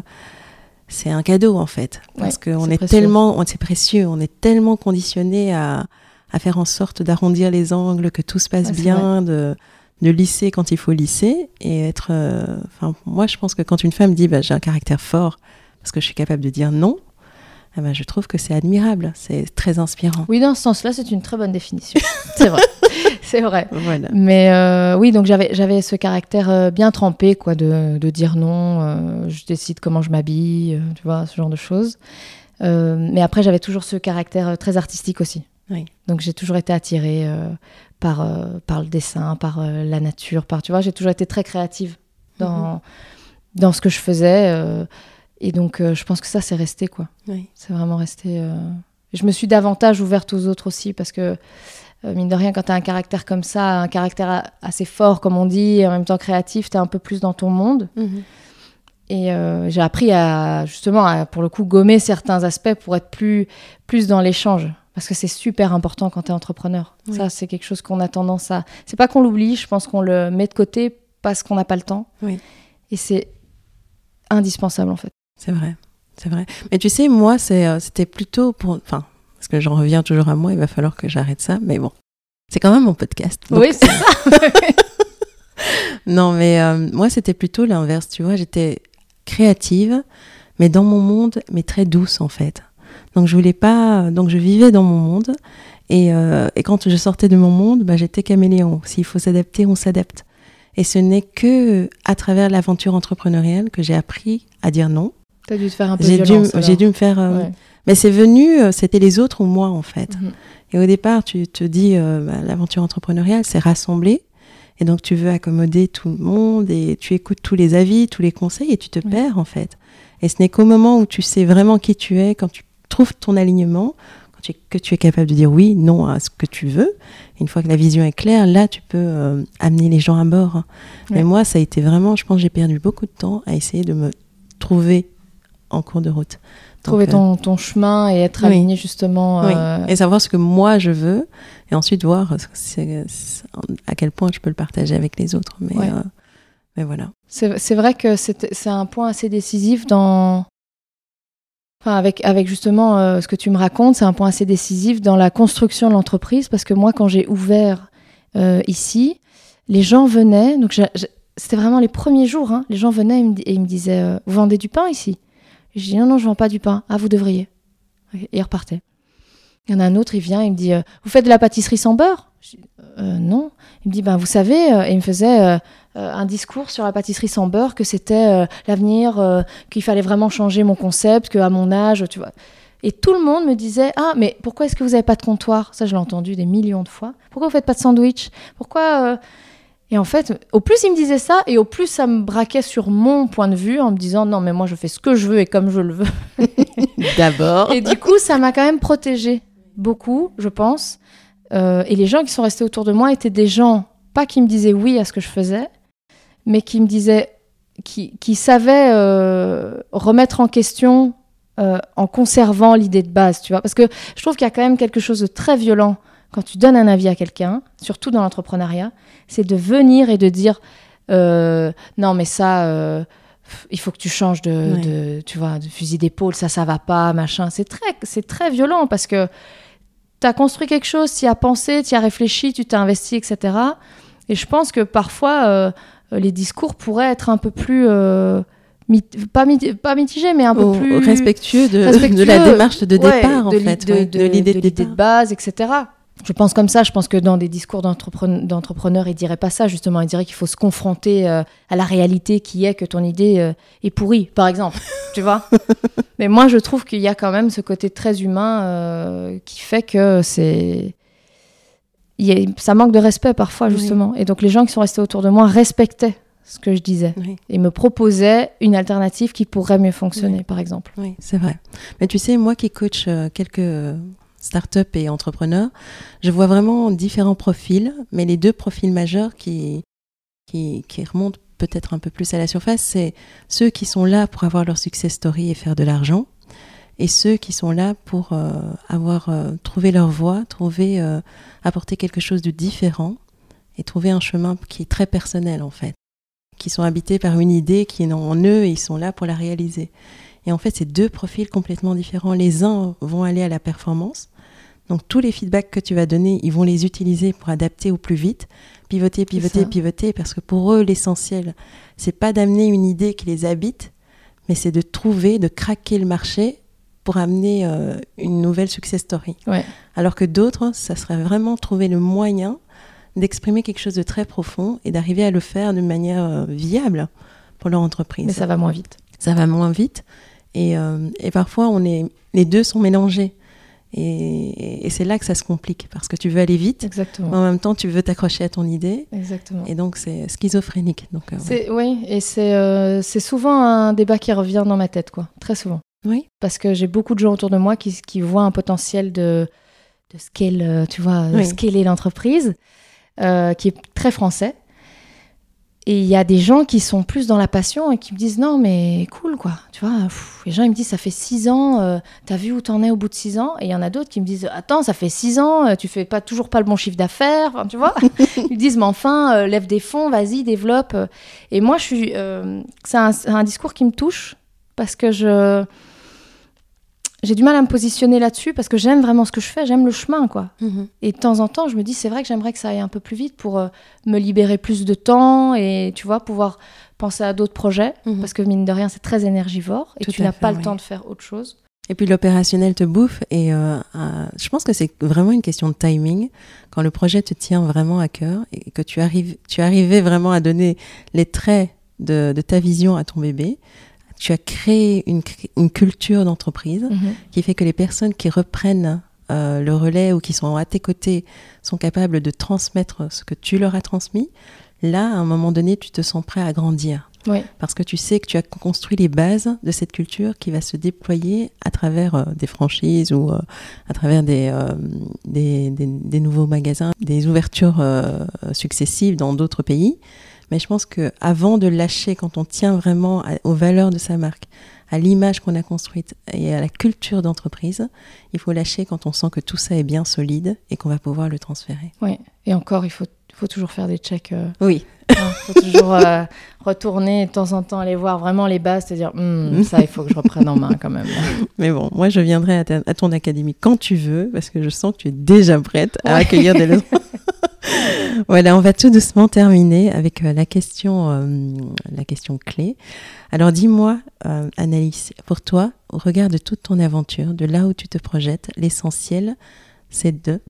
c'est un cadeau, en fait. Parce qu'on est tellement... C'est précieux. On est tellement conditionné à faire en sorte d'arrondir les angles, que tout se passe bien, de lisser quand il faut lisser. Et être... moi, je pense que quand une femme dit j'ai un caractère fort parce que je suis capable de dire non, je trouve que c'est admirable. C'est très inspirant. Oui, dans ce sens-là, c'est une très bonne définition. C'est vrai. C'est vrai. Voilà. Mais oui, donc j'avais ce caractère bien trempé, quoi, de dire non. Je décide comment je m'habille, tu vois, ce genre de choses. Mais après, j'avais toujours ce caractère très artistique aussi. Oui. Donc j'ai toujours été attirée par le dessin, par la nature, tu vois, j'ai toujours été très créative dans ce que je faisais. Et donc je pense que ça, c'est resté, quoi. Oui. C'est vraiment resté. Je me suis davantage ouverte aux autres aussi, parce que mine de rien, quand tu as un caractère comme ça, un caractère assez fort, comme on dit, et en même temps créatif, tu es un peu plus dans ton monde. Et j'ai appris pour le coup, gommer certains aspects pour être plus dans l'échange. Parce que c'est super important quand tu es entrepreneur. Oui. Ça, c'est quelque chose qu'on a tendance à... C'est pas qu'on l'oublie, je pense qu'on le met de côté parce qu'on n'a pas le temps. Oui. Et c'est indispensable, en fait. C'est vrai. Mais tu sais, moi, c'était plutôt pour... Enfin, parce que j'en reviens toujours à moi, il va falloir que j'arrête ça, mais bon, c'est quand même mon podcast. Donc... Oui, c'est ça. Non, mais moi, c'était plutôt l'inverse, tu vois, j'étais créative, mais dans mon monde, mais très douce, en fait. Donc, je vivais dans mon monde, et quand je sortais de mon monde, j'étais caméléon. S'il faut s'adapter, on s'adapte. Et ce n'est que à travers l'aventure entrepreneuriale que j'ai appris à dire non. T'as dû te faire un peu violence. J'ai dû me faire... Ouais. Mais c'est c'était les autres ou moi, en fait. Et au départ, tu te dis, l'aventure entrepreneuriale, c'est rassembler. Et donc, tu veux accommoder tout le monde et tu écoutes tous les avis, tous les conseils et tu te perds, en fait. Et ce n'est qu'au moment où tu sais vraiment qui tu es, quand tu trouves ton alignement, que tu es capable de dire oui, non à ce que tu veux. Une fois que la vision est claire, là, tu peux amener les gens à bord. Ouais. Mais moi, ça a été vraiment, je pense que j'ai perdu beaucoup de temps à essayer de me trouver en cours de route. Trouver ton chemin et être aligné justement. Et savoir ce que moi je veux et ensuite voir à quel point je peux le partager avec les autres. Mais voilà. C'est vrai que c'est un point assez décisif dans... Enfin, avec justement ce que tu me racontes, c'est un point assez décisif dans la construction de l'entreprise parce que moi, quand j'ai ouvert ici, les gens venaient, donc c'était vraiment les premiers jours, hein, les gens venaient et ils me disaient « Vous vendez du pain ici ?» Je dis non, je vends pas du pain. Ah, vous devriez. Et il repartait. Il y en a un autre, il vient, il me dit vous faites de la pâtisserie sans beurre ? Je dis non. Il me dit vous savez, et il me faisait un discours sur la pâtisserie sans beurre, que c'était l'avenir, qu'il fallait vraiment changer mon concept, qu'à mon âge, tu vois. Et tout le monde me disait mais pourquoi est-ce que vous n'avez pas de comptoir ? Ça, je l'ai entendu des millions de fois. Pourquoi vous faites pas de sandwich ? Pourquoi Et en fait, au plus il me disait ça, et au plus ça me braquait sur mon point de vue, en me disant non, mais moi je fais ce que je veux et comme je le veux. D'abord. Et du coup, ça m'a quand même protégée beaucoup, je pense. Et les gens qui sont restés autour de moi étaient des gens, pas qui me disaient oui à ce que je faisais, mais qui me disaient, qui savaient remettre en question en conservant l'idée de base, tu vois. Parce que je trouve qu'il y a quand même quelque chose de très violent quand tu donnes un avis à quelqu'un, surtout dans l'entrepreneuriat, c'est de venir et de dire non mais ça il faut que tu changes de fusil d'épaule, ça va pas, machin. C'est très violent parce que tu as construit quelque chose, tu y as pensé, tu y as réfléchi, tu t'es investi, etc. Et je pense que parfois les discours pourraient être un peu plus pas mitigés, mais un peu plus respectueux de la démarche de départ, en fait, de l'idée de base, etc. Je pense comme ça, je pense que dans des discours d'entrepreneurs, ils ne diraient pas ça, justement. Ils diraient qu'il faut se confronter à la réalité qui est que ton idée est pourrie, par exemple, tu vois. Mais moi, je trouve qu'il y a quand même ce côté très humain qui fait que ça manque de respect parfois, justement. Oui. Et donc, les gens qui sont restés autour de moi respectaient ce que je disais et me proposaient une alternative qui pourrait mieux fonctionner, par exemple. Oui, c'est vrai. Mais tu sais, moi qui coach quelques... start-up et entrepreneurs, je vois vraiment différents profils, mais les deux profils majeurs qui remontent peut-être un peu plus à la surface, c'est ceux qui sont là pour avoir leur success story et faire de l'argent, et ceux qui sont là pour avoir trouvé leur voie, apporter quelque chose de différent, et trouver un chemin qui est très personnel en fait, qui sont habités par une idée qui est en eux et ils sont là pour la réaliser. Et en fait, c'est deux profils complètement différents. Les uns vont aller à la performance. Donc, tous les feedbacks que tu vas donner, ils vont les utiliser pour adapter au plus vite, pivoter, parce que pour eux, l'essentiel, c'est pas d'amener une idée qui les habite, mais c'est de craquer le marché pour amener une nouvelle success story. Ouais. Alors que d'autres, ça serait vraiment trouver le moyen d'exprimer quelque chose de très profond et d'arriver à le faire de manière viable pour leur entreprise. Mais ça va moins vite. Ça va moins vite. Et parfois, les deux sont mélangés. Et c'est là que ça se complique, parce que tu veux aller vite. Exactement. Mais en même temps, tu veux t'accrocher à ton idée. Exactement. Et donc, c'est schizophrénique. Donc, Oui, et c'est souvent un débat qui revient dans ma tête, quoi. Très souvent. Oui. Parce que j'ai beaucoup de gens autour de moi qui voient un potentiel de scale, scaler l'entreprise, qui est très français. Et il y a des gens qui sont plus dans la passion et qui me disent non mais cool quoi, tu vois. Les gens ils me disent ça fait 6 ans, t'as vu où t'en es au bout de 6 ans. Et il y en a d'autres qui me disent attends ça fait 6 ans, tu fais toujours pas le bon chiffre d'affaires, enfin, tu vois. Ils me disent mais enfin lève des fonds, vas-y développe. Et moi je suis, c'est un discours qui me touche parce que j'ai du mal à me positionner là-dessus parce que j'aime vraiment ce que je fais, j'aime le chemin, quoi. Mhm. Et de temps en temps, je me dis, c'est vrai que j'aimerais que ça aille un peu plus vite pour me libérer plus de temps et, tu vois, pouvoir penser à d'autres projets. Mhm. Parce que, mine de rien, c'est très énergivore et Tout tu à n'as fait, pas le oui. temps de faire autre chose. Et puis l'opérationnel te bouffe et je pense que c'est vraiment une question de timing. Quand le projet te tient vraiment à cœur et que tu arrivais vraiment à donner les traits de ta vision à ton bébé, tu as créé une culture d'entreprise qui fait que les personnes qui reprennent le relais ou qui sont à tes côtés sont capables de transmettre ce que tu leur as transmis. Là, à un moment donné, tu te sens prêt à grandir. Oui. Parce que tu sais que tu as construit les bases de cette culture qui va se déployer à travers des franchises ou à travers des nouveaux magasins, des ouvertures successives dans d'autres pays. Mais je pense qu'avant de lâcher, quand on tient vraiment aux valeurs de sa marque, à l'image qu'on a construite et à la culture d'entreprise, il faut lâcher quand on sent que tout ça est bien solide et qu'on va pouvoir le transférer. Oui, et encore, il faut toujours faire des checks. Oui. Il faut toujours retourner de temps en temps, aller voir vraiment les bases, te dire ça, il faut que je reprenne en main quand même. Mais bon, moi, je viendrai à ton académie quand tu veux, parce que je sens que tu es déjà prête à accueillir des leçons. Voilà, on va tout doucement terminer avec la question clé. Alors dis-moi, Anaïs, pour toi, au regard de toute ton aventure, de là où tu te projettes, l'essentiel, c'est de...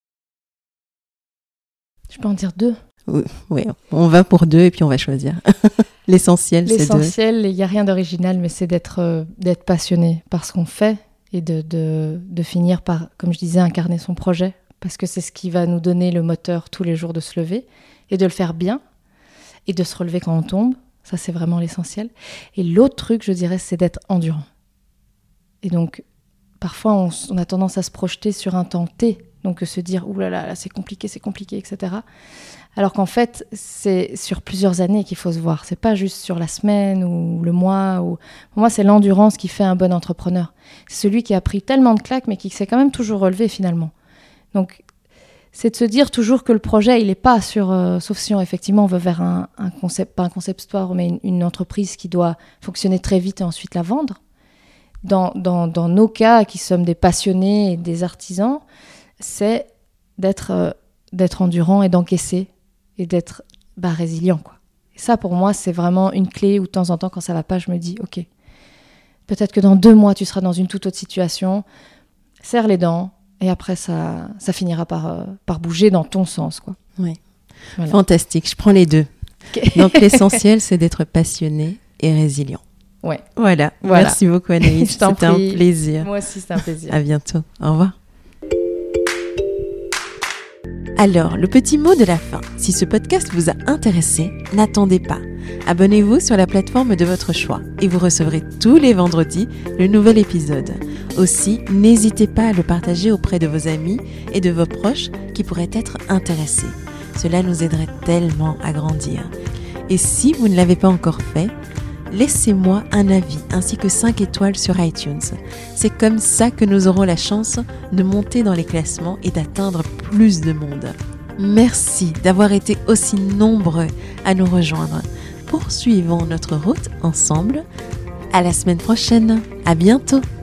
Je peux en dire 2. Oui, on va pour 2 et puis on va choisir. L'essentiel, c'est de... L'essentiel, il n'y a rien d'original, mais c'est d'être passionné par ce qu'on fait et de finir par, comme je disais, incarner son projet. Parce que c'est ce qui va nous donner le moteur tous les jours de se lever et de le faire bien et de se relever quand on tombe. Ça, c'est vraiment l'essentiel. Et l'autre truc, je dirais, c'est d'être endurant. Et donc, parfois, on a tendance à se projeter sur un temps T. Donc, se dire, ouh là là, c'est compliqué, etc. Alors qu'en fait, c'est sur plusieurs années qu'il faut se voir. C'est pas juste sur la semaine ou le mois. Pour moi, c'est l'endurance qui fait un bon entrepreneur. C'est celui qui a pris tellement de claques, mais qui s'est quand même toujours relevé finalement. Donc, c'est de se dire toujours que le projet, il n'est pas sur... sauf si effectivement on veut vers un concept, pas un concept store, mais une entreprise qui doit fonctionner très vite et ensuite la vendre. Dans nos cas, qui sommes des passionnés et des artisans, c'est d'être endurant et d'encaisser et d'être résilient, quoi. Et ça, pour moi, c'est vraiment une clé où de temps en temps, quand ça ne va pas, je me dis, OK, peut-être que dans 2 mois, tu seras dans une toute autre situation. Serre les dents. Et après, ça finira par bouger dans ton sens, quoi. Oui. Voilà. Fantastique, je prends les 2. Okay. Donc, l'essentiel, c'est d'être passionné et résilient. Ouais. Voilà. Merci beaucoup, Anaïs. C'était un plaisir. Moi aussi, c'était un plaisir. À bientôt. Au revoir. Alors, le petit mot de la fin. Si ce podcast vous a intéressé, n'attendez pas. Abonnez-vous sur la plateforme de votre choix et vous recevrez tous les vendredis le nouvel épisode. Aussi, n'hésitez pas à le partager auprès de vos amis et de vos proches qui pourraient être intéressés. Cela nous aiderait tellement à grandir. Et si vous ne l'avez pas encore fait, laissez-moi un avis ainsi que 5 étoiles sur iTunes. C'est comme ça que nous aurons la chance de monter dans les classements et d'atteindre plus de monde. Merci d'avoir été aussi nombreux à nous rejoindre. Poursuivons notre route ensemble. À la semaine prochaine. À bientôt.